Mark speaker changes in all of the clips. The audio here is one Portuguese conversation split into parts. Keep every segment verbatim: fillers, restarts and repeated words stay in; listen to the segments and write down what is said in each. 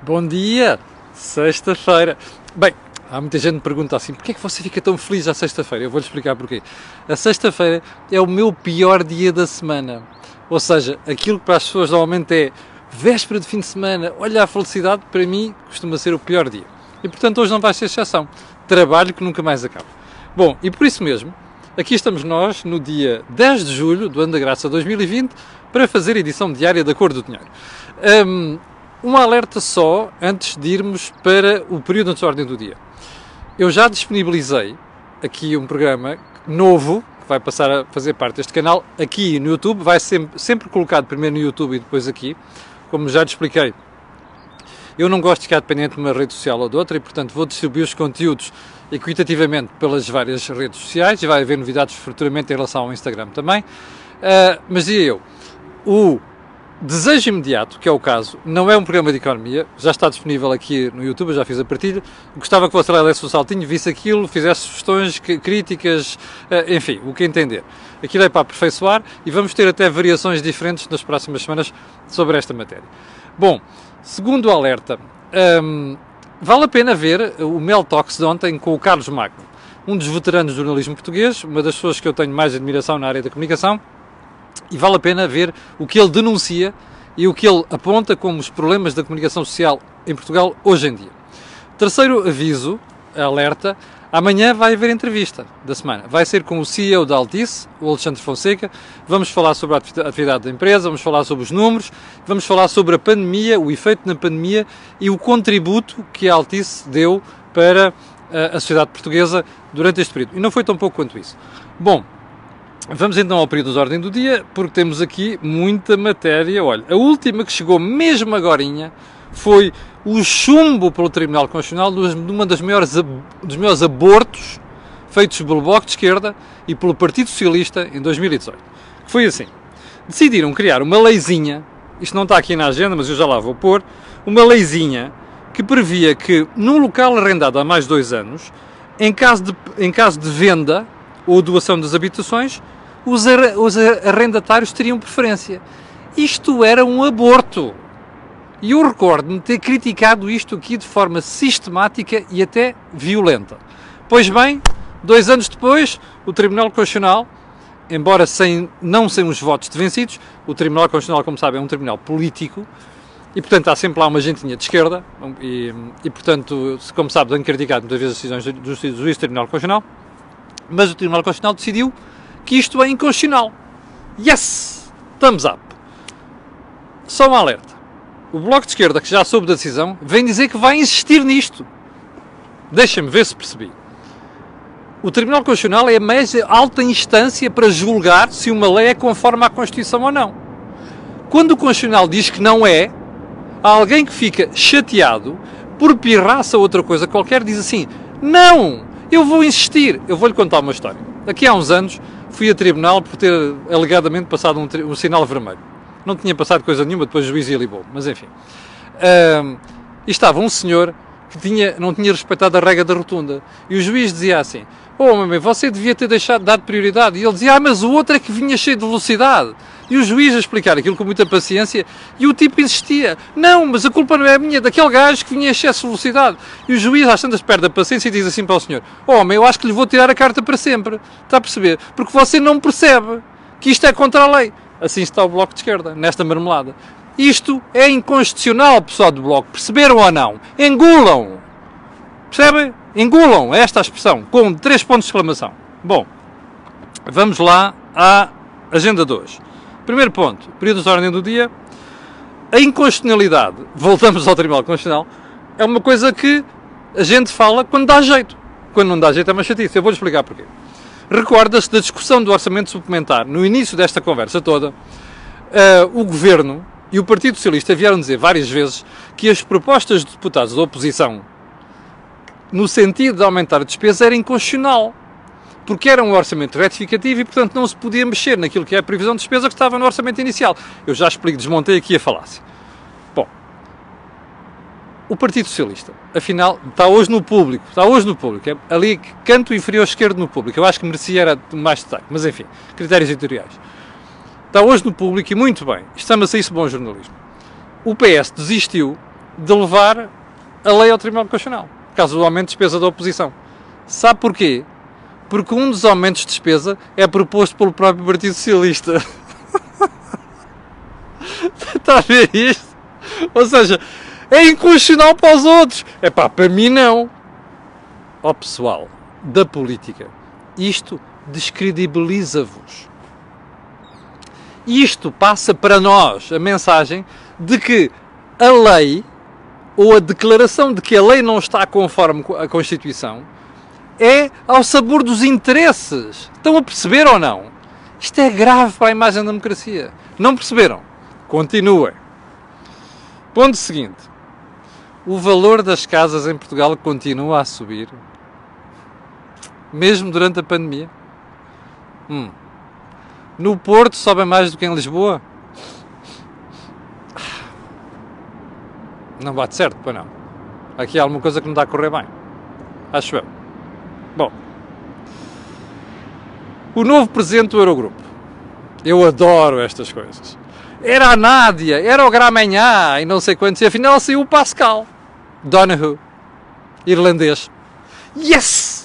Speaker 1: Bom dia! Sexta-feira. Bem, há muita gente que me pergunta assim, porquê é que você fica tão feliz à sexta-feira? Eu vou-lhe explicar porquê. A sexta-feira é o meu pior dia da semana. Ou seja, aquilo que para as pessoas normalmente é véspera de fim de semana, olha a felicidade, para mim costuma ser o pior dia. E portanto hoje não vai ser exceção. Trabalho que nunca mais acaba. Bom, e por isso mesmo, aqui estamos nós no dia dez de julho do ano da graça dois mil e vinte para fazer a edição diária da Cor do Dinheiro. Um, Um alerta só antes de irmos para o período de ordem do dia. Eu já disponibilizei aqui um programa novo, que vai passar a fazer parte deste canal, aqui no YouTube, vai sempre, sempre colocado primeiro no YouTube e depois aqui, como já te expliquei. Eu não gosto de ficar dependente de uma rede social ou de outra e, portanto, vou distribuir os conteúdos equitativamente pelas várias redes sociais e vai haver novidades futuramente em relação ao Instagram também. Uh, mas dizia eu, o Desejo Imediato, que é o caso, não é um programa de economia, já está disponível aqui no YouTube, eu já fiz a partilha. Gostava que você lá desse o saltinho, visse aquilo, fizesse sugestões, críticas, enfim, o que entender. Aquilo é para aperfeiçoar e vamos ter até variações diferentes nas próximas semanas sobre esta matéria. Bom, segundo o alerta, hum, vale a pena ver o Mel Talks de ontem com o Carlos Magno, um dos veteranos do jornalismo português, uma das pessoas que eu tenho mais admiração na área da comunicação. E vale a pena ver o que ele denuncia e o que ele aponta como os problemas da comunicação social em Portugal hoje em dia. Terceiro aviso, alerta, amanhã vai haver entrevista da semana. Vai ser com o C E O da Altice, o Alexandre Fonseca. Vamos falar sobre a atividade da empresa, vamos falar sobre os números, vamos falar sobre a pandemia, o efeito na pandemia e o contributo que a Altice deu para a sociedade portuguesa durante este período. E não foi tão pouco quanto isso. Bom, vamos então ao período de ordem do dia, porque temos aqui muita matéria. Olha, a última que chegou mesmo agorinha foi o chumbo pelo Tribunal Constitucional de uma das maiores, dos maiores abortos feitos pelo Bloco de Esquerda e pelo Partido Socialista em dois mil e dezoito. Foi assim, decidiram criar uma leizinha, isto não está aqui na agenda, mas eu já lá vou pôr, uma leizinha que previa que num local arrendado há mais de dois anos, em caso de, em caso de venda ou doação das habitações, os, ar, os arrendatários teriam preferência. Isto era um aborto. E eu recordo-me ter criticado isto aqui de forma sistemática e até violenta. Pois bem, dois anos depois, o Tribunal Constitucional, embora sem, não sem os votos de vencidos, o Tribunal Constitucional, como sabem, é um tribunal político, e portanto há sempre lá uma gentinha de esquerda, e, e portanto, como sabe, tenho criticado muitas vezes as decisões do, do, do, do Tribunal Constitucional, mas o Tribunal Constitucional decidiu que isto é inconstitucional. Yes! Thumbs up! Só um alerta. O Bloco de Esquerda, que já soube da decisão, vem dizer que vai insistir nisto. Deixem-me ver se percebi. O Tribunal Constitucional é a mais alta instância para julgar se uma lei é conforme à Constituição ou não. Quando o Constitucional diz que não é, há alguém que fica chateado por pirraça ou outra coisa qualquer, diz assim, não! Eu vou insistir. Eu vou-lhe contar uma história. Aqui há uns anos fui a tribunal por ter alegadamente passado um, um sinal vermelho. Não tinha passado coisa nenhuma, depois o juiz ilibou, mas enfim. Um, e estava um senhor que tinha, não tinha respeitado a regra da rotunda. E o juiz dizia assim, oh, mamãe, você devia ter deixado, dado prioridade. E ele dizia, ah, mas o outro é que vinha cheio de velocidade. E o juiz a explicar aquilo com muita paciência, e o tipo insistia, não, mas a culpa não é minha, é daquele gajo que vinha em excesso de velocidade. E o juiz às tantas perde a paciência e diz assim para o senhor, oh, homem, eu acho que lhe vou tirar a carta para sempre. Está a perceber? Porque você não percebe que isto é contra a lei. Assim está o Bloco de Esquerda, nesta marmelada. Isto é inconstitucional, pessoal do Bloco. Perceberam ou não? Engulam. Percebem? Engulam, é esta a expressão, com três pontos de exclamação. Bom, vamos lá à agenda de hoje. Primeiro ponto, período de ordem do dia. A inconstitucionalidade, voltamos ao Tribunal Constitucional, é uma coisa que a gente fala quando dá jeito. Quando não dá jeito é uma chatice. Eu vou-lhe explicar porquê. Recorda-se da discussão do orçamento suplementar, no início desta conversa toda, uh, o Governo e o Partido Socialista vieram dizer várias vezes que as propostas de deputados da oposição, no sentido de aumentar a despesa, era inconstitucional. Porque era um orçamento retificativo e, portanto, não se podia mexer naquilo que é a previsão de despesa que estava no orçamento inicial. Eu já explico, desmontei aqui a falácia. Bom, o Partido Socialista, afinal, está hoje no público, está hoje no público, é ali canto inferior esquerdo no público, eu acho que merecia era mais destaque, mas enfim, critérios editoriais. Está hoje no público e muito bem, chama-se isso bom jornalismo. O P S desistiu de levar a lei ao Tribunal Constitucional, por causa do aumento de despesa da oposição. Sabe porquê? Porque um dos aumentos de despesa é proposto pelo próprio Partido Socialista. Está a ver isto? Ou seja, é inconstitucional para os outros. É pá, para mim não. Ó pessoal da política, isto descredibiliza-vos. Isto passa para nós a mensagem de que a lei, ou a declaração de que a lei não está conforme a Constituição, é ao sabor dos interesses. Estão a perceber ou não? Isto é grave para a imagem da democracia. Não perceberam? Continuem. Ponto seguinte. O valor das casas em Portugal continua a subir. Mesmo durante a pandemia. Hum. No Porto sobe mais do que em Lisboa? Não bate certo, pois não. Aqui há alguma coisa que não está a correr bem. Acho eu. Bom. O novo presidente do Eurogrupo. Eu adoro estas coisas. Era a Nádia, era o Gramenhá e não sei quantos. E afinal saiu o Pascal Donohoe, irlandês. Yes!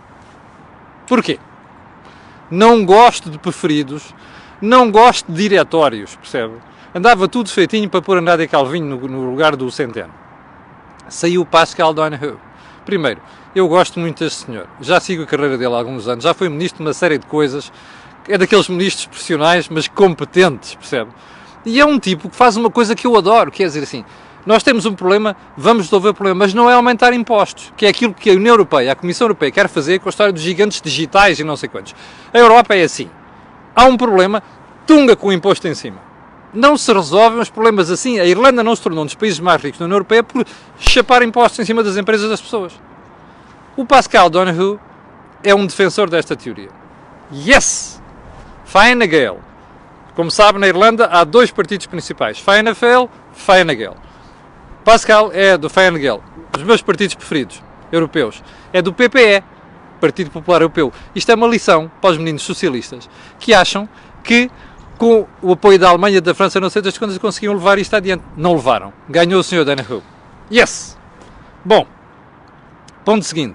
Speaker 1: Porquê? Não gosto de preferidos, não gosto de diretórios, percebe? Andava tudo feitinho para pôr a Nádia Calvinho no, no lugar do Centeno. Saiu o Pascal Donohoe. Primeiro, eu gosto muito deste senhor. Já sigo a carreira dele há alguns anos. Já foi ministro de uma série de coisas. É daqueles ministros profissionais, mas competentes, percebe? E é um tipo que faz uma coisa que eu adoro, quer dizer assim, nós temos um problema, vamos resolver o problema, mas não é aumentar impostos, que é aquilo que a União Europeia, a Comissão Europeia quer fazer com a história dos gigantes digitais e não sei quantos. A Europa é assim. Há um problema, tunga com o imposto em cima. Não se resolvem os problemas assim. A Irlanda não se tornou um dos países mais ricos da União Europeia por chapar impostos em cima das empresas das pessoas. O Pascal Donohoe é um defensor desta teoria. Yes! Fine Gael. Como sabe, na Irlanda há dois partidos principais. Fine Gael, Fine Gael. Pascal é do Fine Gael. Os meus partidos preferidos, europeus, é do P P E, Partido Popular Europeu. Isto é uma lição para os meninos socialistas que acham que com o apoio da Alemanha e da França, não sei das quantas, conseguiam levar isto adiante. Não levaram. Ganhou o senhor Donohoe. Yes! Bom, ponto seguinte.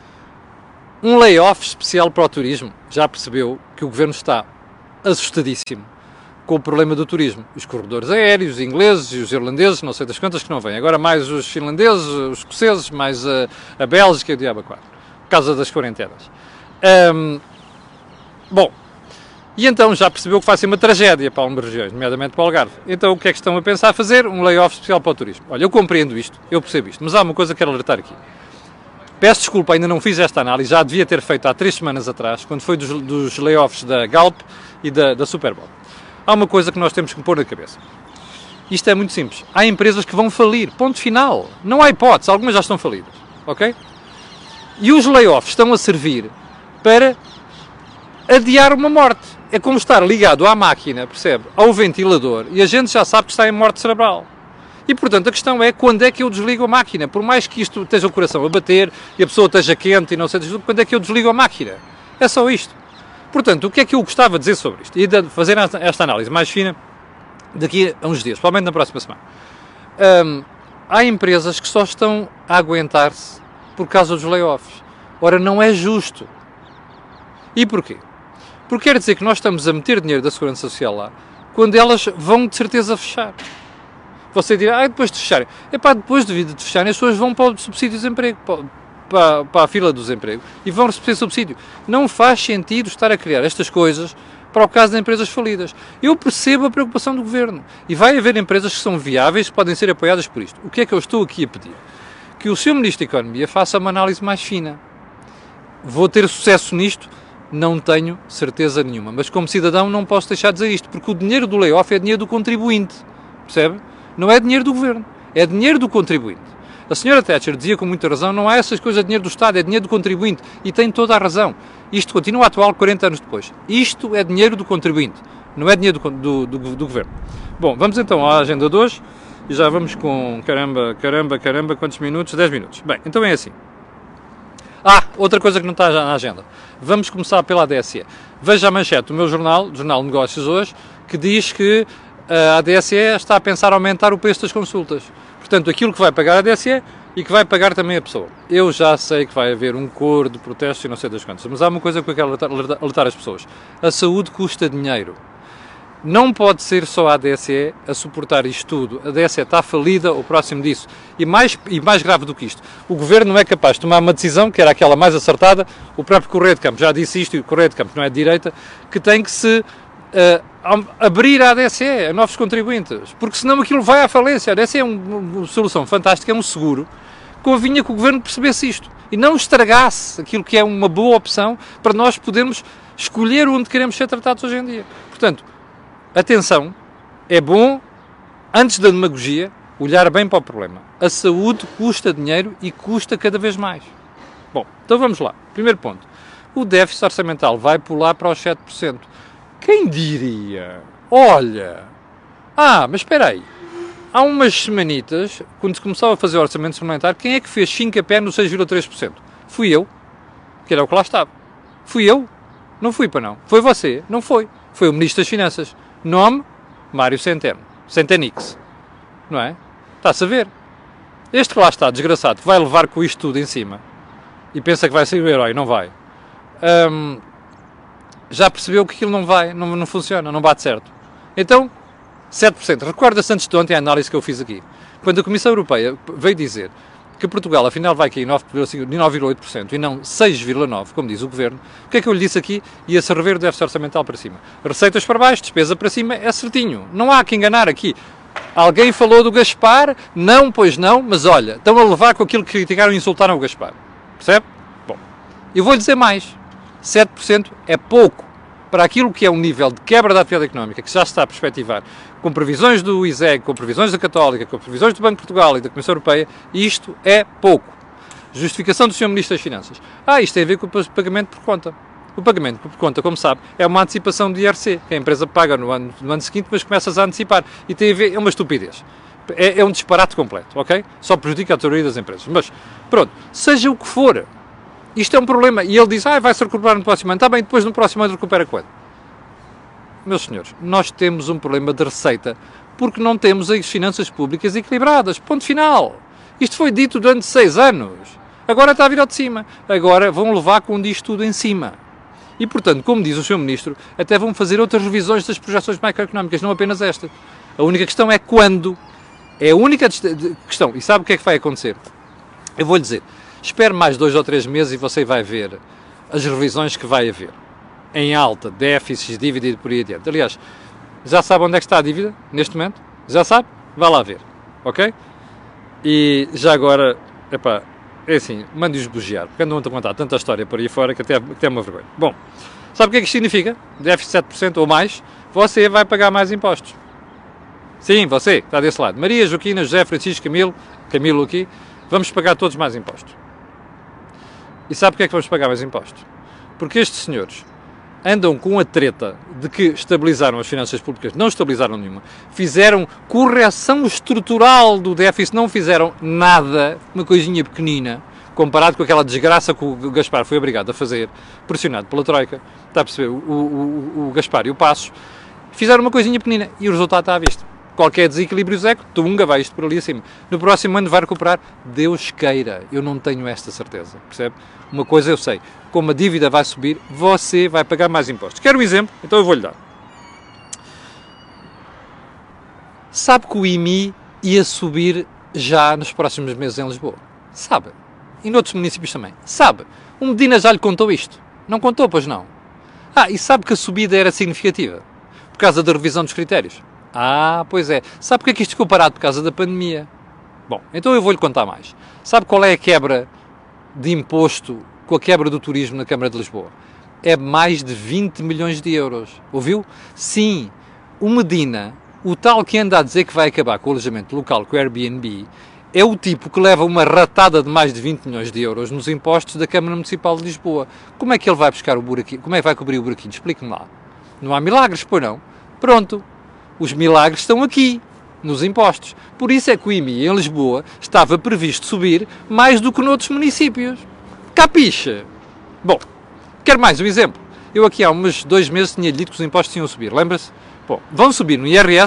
Speaker 1: Um layoff especial para o turismo. Já percebeu que o governo está assustadíssimo com o problema do turismo. Os corredores aéreos, os ingleses e os irlandeses, não sei das quantas que não vêm. Agora mais os finlandeses, os escoceses, mais a, a Bélgica e o diabo quatro. Por causa das quarentenas. Um, bom, e então já percebeu que vai ser uma tragédia para algumas regiões, nomeadamente para o Algarve. Então o que é que estão a pensar a fazer? Um layoff especial para o turismo. Olha, eu compreendo isto, eu percebo isto, mas há uma coisa que quero alertar aqui. Peço desculpa, ainda não fiz esta análise, já devia ter feito há três semanas atrás, quando foi dos, dos layoffs da Galp e da, da Super Bowl. Há uma coisa que nós temos que pôr na cabeça. Isto é muito simples. Há empresas que vão falir, ponto final. Não há hipótese, algumas já estão falidas, ok? E os layoffs estão a servir para adiar uma morte. É como estar ligado à máquina, percebe? Ao ventilador, e a gente já sabe que está em morte cerebral. E, portanto, a questão é quando é que eu desligo a máquina? Por mais que isto esteja o coração a bater e a pessoa esteja quente e não sei, quando é que eu desligo a máquina? É só isto. Portanto, o que é que eu gostava de dizer sobre isto? E de fazer esta análise mais fina daqui a uns dias, provavelmente na próxima semana. Hum, há empresas que só estão a aguentar-se por causa dos layoffs. Ora, não é justo. E porquê? Porque quer dizer que nós estamos a meter dinheiro da Segurança Social lá, quando elas vão de certeza fechar. Você dirá, ah, depois de fecharem. Epá, depois de de fecharem, as pessoas vão para o subsídio de desemprego, para, para, para a fila do desemprego, e vão receber subsídio. Não faz sentido estar a criar estas coisas para o caso de empresas falidas. Eu percebo a preocupação do Governo. E vai haver empresas que são viáveis, que podem ser apoiadas por isto. O que é que eu estou aqui a pedir? Que o senhor Ministro da Economia faça uma análise mais fina. Vou ter sucesso nisto? Não tenho certeza nenhuma. Mas como cidadão não posso deixar de dizer isto, porque o dinheiro do layoff é dinheiro do contribuinte. Percebe? Não é dinheiro do Governo. É dinheiro do contribuinte. A senhora Thatcher dizia com muita razão, não há essas coisas de dinheiro do Estado, é dinheiro do contribuinte. E tem toda a razão. Isto continua atual quarenta anos depois. Isto é dinheiro do contribuinte. Não é dinheiro do, do, do, do Governo. Bom, vamos então à agenda de hoje. E já vamos com, caramba, caramba, caramba, quantos minutos? dez minutos. Bem, então é assim. Ah, outra coisa que não está já na agenda. Vamos começar pela A D S E. Veja a manchete do meu jornal, Jornal de Negócios hoje, que diz que a ADSE está a pensar aumentar o preço das consultas. Portanto, aquilo que vai pagar a D S E e que vai pagar também a pessoa. Eu já sei que vai haver um coro de protestos e não sei das quantas, mas há uma coisa que eu quero alertar, alertar as pessoas. A saúde custa dinheiro. Não pode ser só a A D S E a suportar isto tudo. A A D S E está falida ou próximo disso. E mais, e mais grave do que isto, o Governo não é capaz de tomar uma decisão, que era aquela mais acertada, o próprio Correio de Campos já disse isto, e o Correio de Campos não é de direita, que tem que se uh, abrir a A D S E a novos contribuintes, porque senão aquilo vai à falência. A A D S E é um, uma solução fantástica, é um seguro. Convinha que o Governo percebesse isto e não estragasse aquilo que é uma boa opção para nós podermos escolher onde queremos ser tratados hoje em dia. Portanto, atenção, é bom, antes da demagogia, olhar bem para o problema. A saúde custa dinheiro e custa cada vez mais. Bom, então vamos lá. Primeiro ponto. O déficit orçamental vai pular para os sete por cento. Quem diria? Olha! Ah, mas espera aí. Há umas semanitas, quando se começava a fazer o orçamento suplementar, quem é que fez cinco a pé no seis vírgula três por cento? Fui eu, que era o que lá estava. Fui eu? Não fui para não. Foi você? Não foi. Foi o Ministro das Finanças. Nome? Mário Centeno. Centenix. Não é? Está-se a ver. Este que lá está, desgraçado, vai levar com isto tudo em cima e pensa que vai ser o herói, não vai. Hum, já percebeu que aquilo não vai, não, não funciona, não bate certo. Então, sete por cento. Recorda-se antes de ontem a análise que eu fiz aqui. Quando a Comissão Europeia veio dizer que Portugal afinal vai cair nove vírgula oito por cento e não seis vírgula nove por cento, como diz o Governo, o que é que eu lhe disse aqui? Ia-se rever o déficit orçamental para cima. Receitas para baixo, despesa para cima, é certinho. Não há que enganar aqui. Alguém falou do Gaspar? Não, pois não, mas olha, estão a levar com aquilo que criticaram e insultaram o Gaspar. Percebe? Bom, eu vou-lhe dizer mais. sete por cento é pouco para aquilo que é um nível de quebra da atividade económica que já se está a perspectivar, com previsões do I S E G, com previsões da Católica, com previsões do Banco de Portugal e da Comissão Europeia, isto é pouco. Justificação do senhor Ministro das Finanças. Ah, isto tem a ver com o pagamento por conta. O pagamento por conta, como sabe, é uma antecipação de I R C, que a empresa paga no ano, no ano seguinte, mas começas a antecipar. E tem a ver, é uma estupidez. É, é um disparate completo, ok? Só prejudica a teoria das empresas. Mas, pronto, seja o que for, isto é um problema. E ele diz, ah, vai-se recuperar no próximo ano. Está bem, depois no próximo ano recupera quando? Meus senhores, nós temos um problema de receita porque não temos as finanças públicas equilibradas. Ponto final. Isto foi dito durante seis anos. Agora está a vir ao de cima. Agora vão levar com isto tudo em cima. E, portanto, como diz o senhor Ministro, até vão fazer outras revisões das projeções macroeconómicas, não apenas esta. A única questão é quando. É a única questão. E sabe o que é que vai acontecer? Eu vou-lhe dizer. Espere mais dois ou três meses e você vai ver as revisões que vai haver. Em alta, déficits, dívida e por aí adiante. Aliás, já sabe onde é que está a dívida, neste momento? Já sabe? Vá lá ver. Ok? E já agora, epá, é assim, mande-os bugiar, porque andam a contar tanta história por aí fora que até, até é uma vergonha. Bom, sabe o que é que isto significa? Déficit sete por cento ou mais, você vai pagar mais impostos. Sim, você, que está desse lado. Maria, Joaquina, José, Francisco, Camilo, Camilo aqui, vamos pagar todos mais impostos. E sabe porque é que vamos pagar mais impostos? Porque estes senhores andam com a treta de que estabilizaram as finanças públicas, não estabilizaram nenhuma, fizeram correção estrutural do déficit, não fizeram nada, uma coisinha pequenina, comparado com aquela desgraça que o Gaspar foi obrigado a fazer, pressionado pela Troika, está a perceber, o, o, o Gaspar e o Passos, fizeram uma coisinha pequenina e o resultado está à vista. Qualquer desequilíbrio zeco, tunga, vai isto por ali acima. No próximo ano vai recuperar, Deus queira, eu não tenho esta certeza, percebe? Uma coisa eu sei, como a dívida vai subir, você vai pagar mais impostos. Quer um exemplo? Então eu vou-lhe dar. Sabe que o I M I ia subir já nos próximos meses em Lisboa? Sabe? E noutros municípios também. Sabe? O Medina já lhe contou isto. Não contou, pois não? Ah, e sabe que a subida era significativa? Por causa da revisão dos critérios? Ah, pois é. Sabe porque é que isto ficou parado? Por causa da pandemia. Bom, então eu vou-lhe contar mais. Sabe qual é a quebra de imposto com a quebra do turismo na Câmara de Lisboa? É mais de vinte milhões de euros. Ouviu? Sim, o Medina, o tal que anda a dizer que vai acabar com o alojamento local, com o Airbnb, é o tipo que leva uma ratada de mais de vinte milhões de euros nos impostos da Câmara Municipal de Lisboa. Como é que ele vai buscar o buraquinho? Como é que vai cobrir o buraquinho? Explique-me lá. Não há milagres, pois não? Pronto. Os milagres estão aqui, nos impostos. Por isso é que o I M I em Lisboa estava previsto subir mais do que noutros municípios. Capixa? Bom, quero mais um exemplo. Eu aqui há uns dois meses tinha dito que os impostos iam subir, lembra-se? Bom, vão subir no I R S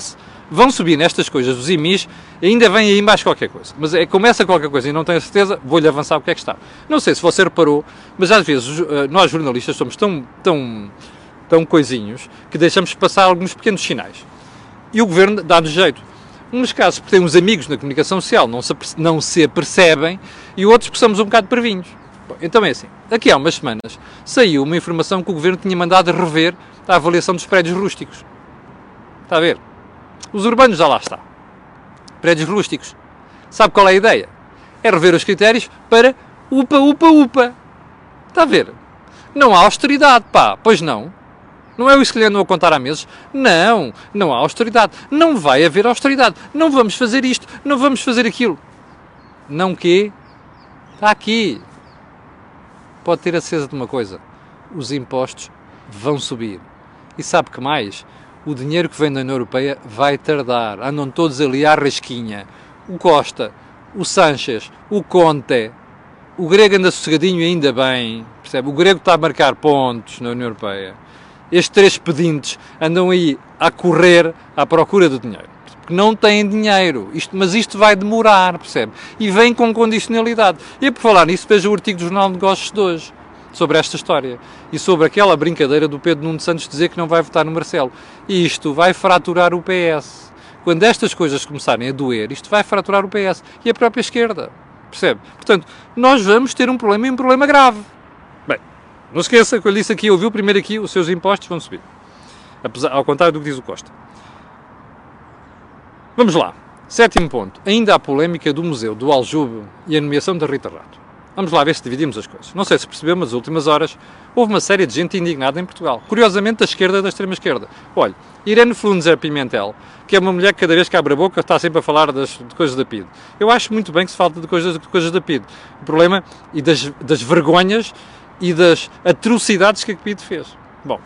Speaker 1: vão subir nestas coisas dos I M Is, ainda vem aí mais qualquer coisa. Mas é, começa qualquer coisa e não tenho a certeza, vou-lhe avançar o que é que está. Não sei se você reparou, mas às vezes nós jornalistas somos tão, tão, tão coisinhos que deixamos passar alguns pequenos sinais. E o Governo dá-nos jeito. Uns casos porque têm uns amigos na comunicação social, não se, não se apercebem, e outros porque somos um bocado parvinhos. Bom, então é assim, aqui há umas semanas saiu uma informação que o Governo tinha mandado rever a avaliação dos prédios rústicos. Está a ver? Os urbanos já lá está. Prédios rústicos. Sabe qual é a ideia? É rever os critérios para upa, upa, upa. Está a ver? Não há austeridade, pá. Pois não. Não é isso que lhe andam a contar há meses? Não, não há austeridade. Não vai haver austeridade. Não vamos fazer isto, não vamos fazer aquilo. Não quê? Está aqui. Pode ter a certeza de uma coisa. Os impostos vão subir. E sabe que mais? O dinheiro que vem da União Europeia vai tardar. Andam todos ali à rasquinha. O Costa, o Sánchez, o Conte, o grego anda sossegadinho ainda bem. Percebe? O grego está a marcar pontos na União Europeia. Estes três pedintes andam aí a correr à procura do dinheiro. Porque não têm dinheiro. Isto, mas isto vai demorar, percebe? E vem com condicionalidade. E por falar nisso, veja o artigo do Jornal de Negócios de hoje, sobre esta história. E sobre aquela brincadeira do Pedro Nuno Santos dizer que não vai votar no Marcelo. E isto vai fraturar o P S. Quando estas coisas começarem a doer, isto vai fraturar o P S. E a própria esquerda. Percebe? Portanto, nós vamos ter um problema e um problema grave. Não se esqueça que eu lhe disse aqui, ouviu primeiro aqui, os seus impostos vão subir. Apesar, ao contrário do que diz o Costa. Vamos lá. Sétimo ponto. Ainda há polémica do Museu do Aljube e a nomeação da Rita Rato. Vamos lá ver se dividimos as coisas. Não sei se percebeu, mas nas últimas horas houve uma série de gente indignada em Portugal. Curiosamente da esquerda e da extrema-esquerda. Olha, Irene Flunzer Pimentel, que é uma mulher que cada vez que abre a boca está sempre a falar das, de coisas da P I D. Eu acho muito bem que se fala de coisas, de coisas da P I D. O problema, e das, das vergonhas e das atrocidades que a P I D fez. Bom,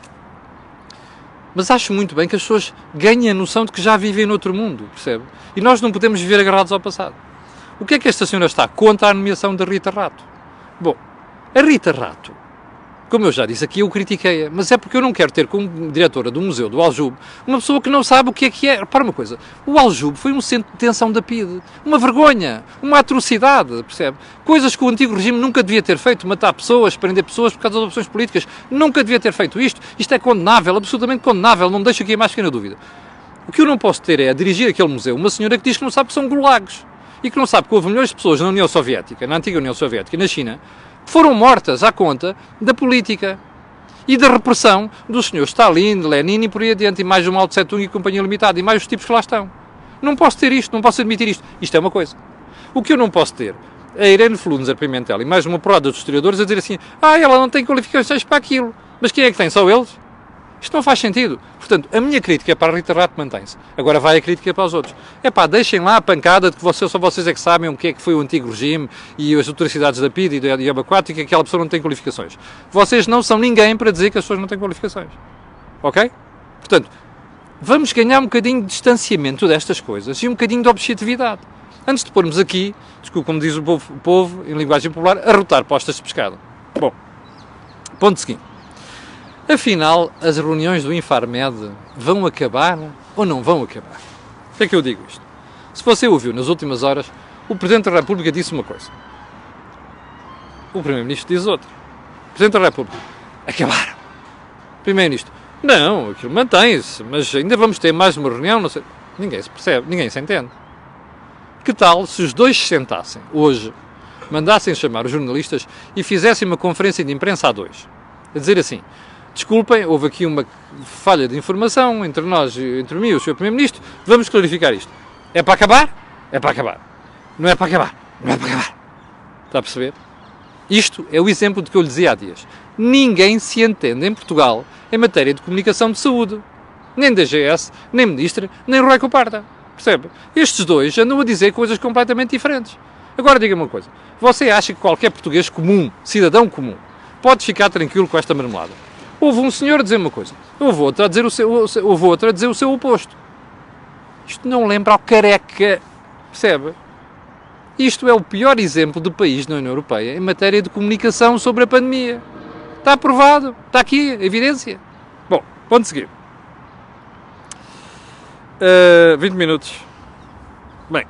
Speaker 1: mas acho muito bem que as pessoas ganhem a noção de que já vivem noutro mundo, percebe? E nós não podemos viver agarrados ao passado. O que é que esta senhora está contra a nomeação da Rita Rato? Bom, a Rita Rato, como eu já disse aqui, eu critiquei-a, mas é porque eu não quero ter como diretora do Museu do Aljube uma pessoa que não sabe o que é que é. Repara uma coisa, o Aljube foi um centro de detenção da P I D, uma vergonha, uma atrocidade, percebe? Coisas que o antigo regime nunca devia ter feito, matar pessoas, prender pessoas por causa das opções políticas, nunca devia ter feito isto, isto é condenável, absolutamente condenável, não me deixa aqui a mais pequena dúvida. O que eu não posso ter é a dirigir aquele museu uma senhora que diz que não sabe que são gulags, e que não sabe que houve milhões de pessoas na União Soviética, na antiga União Soviética e na China, foram mortas à conta da política e da repressão dos senhores Stalin, Lenin e por aí adiante, e mais o Mao Tse Tung e Companhia Limitada, e mais os tipos que lá estão. Não posso ter isto, não posso admitir isto. Isto é uma coisa. O que eu não posso ter é a Irene Flunzer Pimentel e mais uma porrada dos historiadores a dizer assim, ah, ela não tem qualificações para aquilo. Mas quem é que tem? Só eles? Isto não faz sentido. Portanto, a minha crítica para a Rita Rato mantém-se. Agora vai a crítica para os outros. É pá, deixem lá a pancada de que vocês, só vocês é que sabem o que é que foi o antigo regime e as autoricidades da P I D e do Abacuato e que aquela pessoa não tem qualificações. Vocês não são ninguém para dizer que as pessoas não têm qualificações. Ok? Portanto, vamos ganhar um bocadinho de distanciamento destas coisas e um bocadinho de objetividade. Antes de pormos aqui, desculpe, como diz o povo, o povo em linguagem popular, a rotar postas de pescado. Bom, ponto seguinte. Afinal, as reuniões do Infarmed vão acabar ou não vão acabar? O que é que eu digo isto? Se você ouviu nas últimas horas, o Presidente da República disse uma coisa. O Primeiro-Ministro diz outra. O Presidente da República, acabaram. Primeiro-Ministro, não, aquilo mantém-se, mas ainda vamos ter mais uma reunião, não sei. Ninguém se percebe, ninguém se entende. Que tal se os dois se sentassem hoje, mandassem chamar os jornalistas e fizessem uma conferência de imprensa a dois? A dizer assim, desculpem, houve aqui uma falha de informação entre nós, entre mim e o senhor Primeiro-Ministro, vamos clarificar isto. É para acabar? É para acabar. Não é para acabar. Não é para acabar. Está a perceber? Isto é o exemplo de que eu lhe dizia há dias. Ninguém se entende em Portugal em matéria de comunicação de saúde. Nem D G S, nem Ministra, nem Rui Coparda. Percebe? Estes dois andam a dizer coisas completamente diferentes. Agora diga-me uma coisa. Você acha que qualquer português comum, cidadão comum, pode ficar tranquilo com esta marmelada? Houve um senhor a dizer uma coisa, houve outro a dizer o seu, houve outro a dizer o seu oposto. Isto não lembra ao Careca, percebe? Isto é o pior exemplo de país na União Europeia em matéria de comunicação sobre a pandemia. Está aprovado, está aqui a evidência. Bom, ponto seguinte. Uh, vinte minutos. Bem,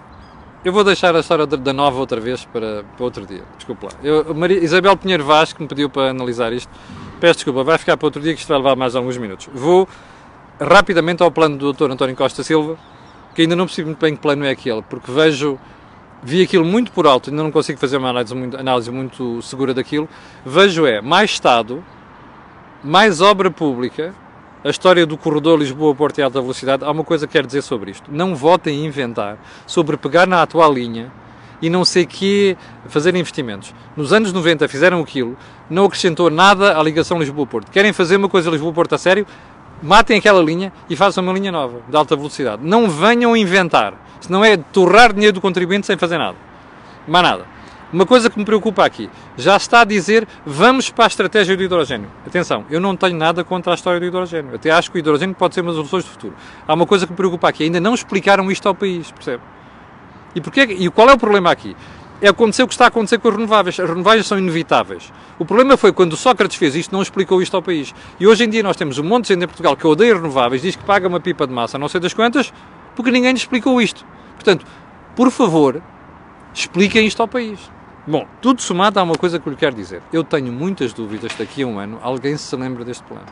Speaker 1: eu vou deixar a história da Nova outra vez para, para outro dia. Desculpa lá. Eu, Maria, Isabel Pinheiro Vaz, que me pediu para analisar isto, peço desculpa, vai ficar para outro dia que isto vai levar mais alguns minutos. Vou rapidamente ao plano do doutor António Costa Silva, que ainda não percebo muito bem que plano é aquele, porque vejo, vi aquilo muito por alto, ainda não consigo fazer uma análise muito, análise muito segura daquilo. Vejo é mais Estado, mais obra pública. A história do corredor Lisboa-Porto e Alta Velocidade, há uma coisa que quero dizer sobre isto. Não votem a inventar sobre pegar na atual linha e não sei que fazer investimentos. Nos anos noventa fizeram aquilo, não acrescentou nada à ligação Lisboa-Porto. Querem fazer uma coisa Lisboa-Porto a sério? Matem aquela linha e façam uma linha nova, de alta velocidade. Não venham inventar. Senão é torrar dinheiro do contribuinte sem fazer nada. Mais nada. Uma coisa que me preocupa aqui, já está a dizer, vamos para a estratégia do hidrogênio. Atenção, eu não tenho nada contra a história do hidrogênio. Até acho que o hidrogênio pode ser uma das soluções do futuro. Há uma coisa que me preocupa aqui, ainda não explicaram isto ao país, percebe? E, porquê, e qual é o problema aqui? É acontecer o que está a acontecer com as renováveis. As renováveis são inevitáveis. O problema foi quando o Sócrates fez isto, não explicou isto ao país. E hoje em dia nós temos um monte de gente em Portugal que odeia renováveis, diz que paga uma pipa de massa, não sei das quantas, porque ninguém lhe explicou isto. Portanto, por favor, expliquem isto ao país. Bom, tudo somado há uma coisa que eu lhe quero dizer. Eu tenho muitas dúvidas daqui a um ano alguém se lembra deste plano.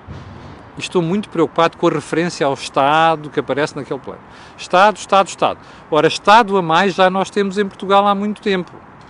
Speaker 1: E estou muito preocupado com a referência ao Estado que aparece naquele plano. Estado, Estado, Estado. Ora, Estado a mais já nós temos em Portugal há muito tempo.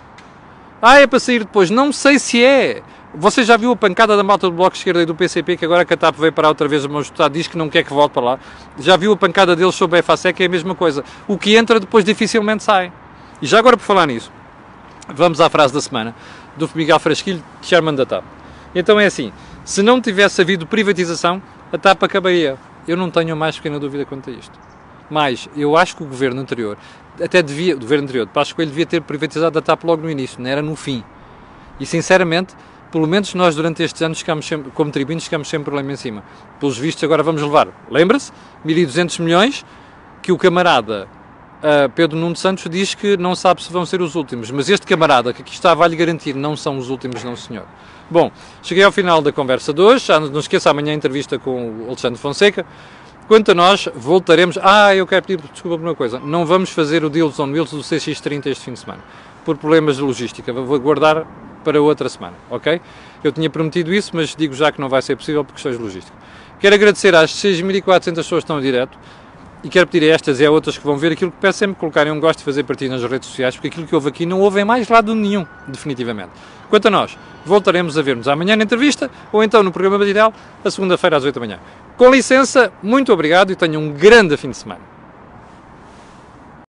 Speaker 1: Ah, é para sair depois. Não sei se é. Você já viu a pancada da malta do Bloco de Esquerda e do P C P, que agora a CATAP veio parar outra vez o meu Estado, diz que não quer que volte para lá. Já viu a pancada deles sobre a EFASEC, que é a mesma coisa. O que entra depois dificilmente sai. E já agora por falar nisso, vamos à frase da semana, do Miguel Frasquilho, chairman da TAP. Então é assim, se não tivesse havido privatização, a TAP acabaria. Eu não tenho a mais pequena dúvida quanto a isto. Mas eu acho que o governo anterior, até devia, o governo anterior de Passos Coelho, devia ter privatizado a TAP logo no início, não era no fim. E sinceramente, pelo menos nós durante estes anos, ficamos sempre, como tribunos, ficamos sempre problema em cima. Pelos vistos agora vamos levar, lembra-se, mil e duzentos milhões, que o camarada Uh, Pedro Nuno Santos diz que não sabe se vão ser os últimos, mas este camarada que aqui está vai-lhe garantir, não são os últimos, não senhor. Bom, cheguei ao final da conversa de hoje, já não esqueça amanhã a entrevista com o Alexandre Fonseca. Quanto a nós, voltaremos... Ah, eu quero pedir desculpa por uma coisa, não vamos fazer o Deals on Wheels do C X trinta este fim de semana, por problemas de logística, vou guardar para outra semana, ok? Eu tinha prometido isso, mas digo já que não vai ser possível por questões de logística. Quero agradecer às seis mil e quatrocentas pessoas que estão direto. E quero pedir a estas e a outras que vão ver aquilo que peço sempre colocarem um gosto de fazer partilha nas redes sociais, porque aquilo que houve aqui não houve em mais lado nenhum, definitivamente. Quanto a nós, voltaremos a ver-nos amanhã na entrevista, ou então no programa matinal, a segunda-feira às oito da manhã. Com licença, muito obrigado e tenham um grande fim de semana.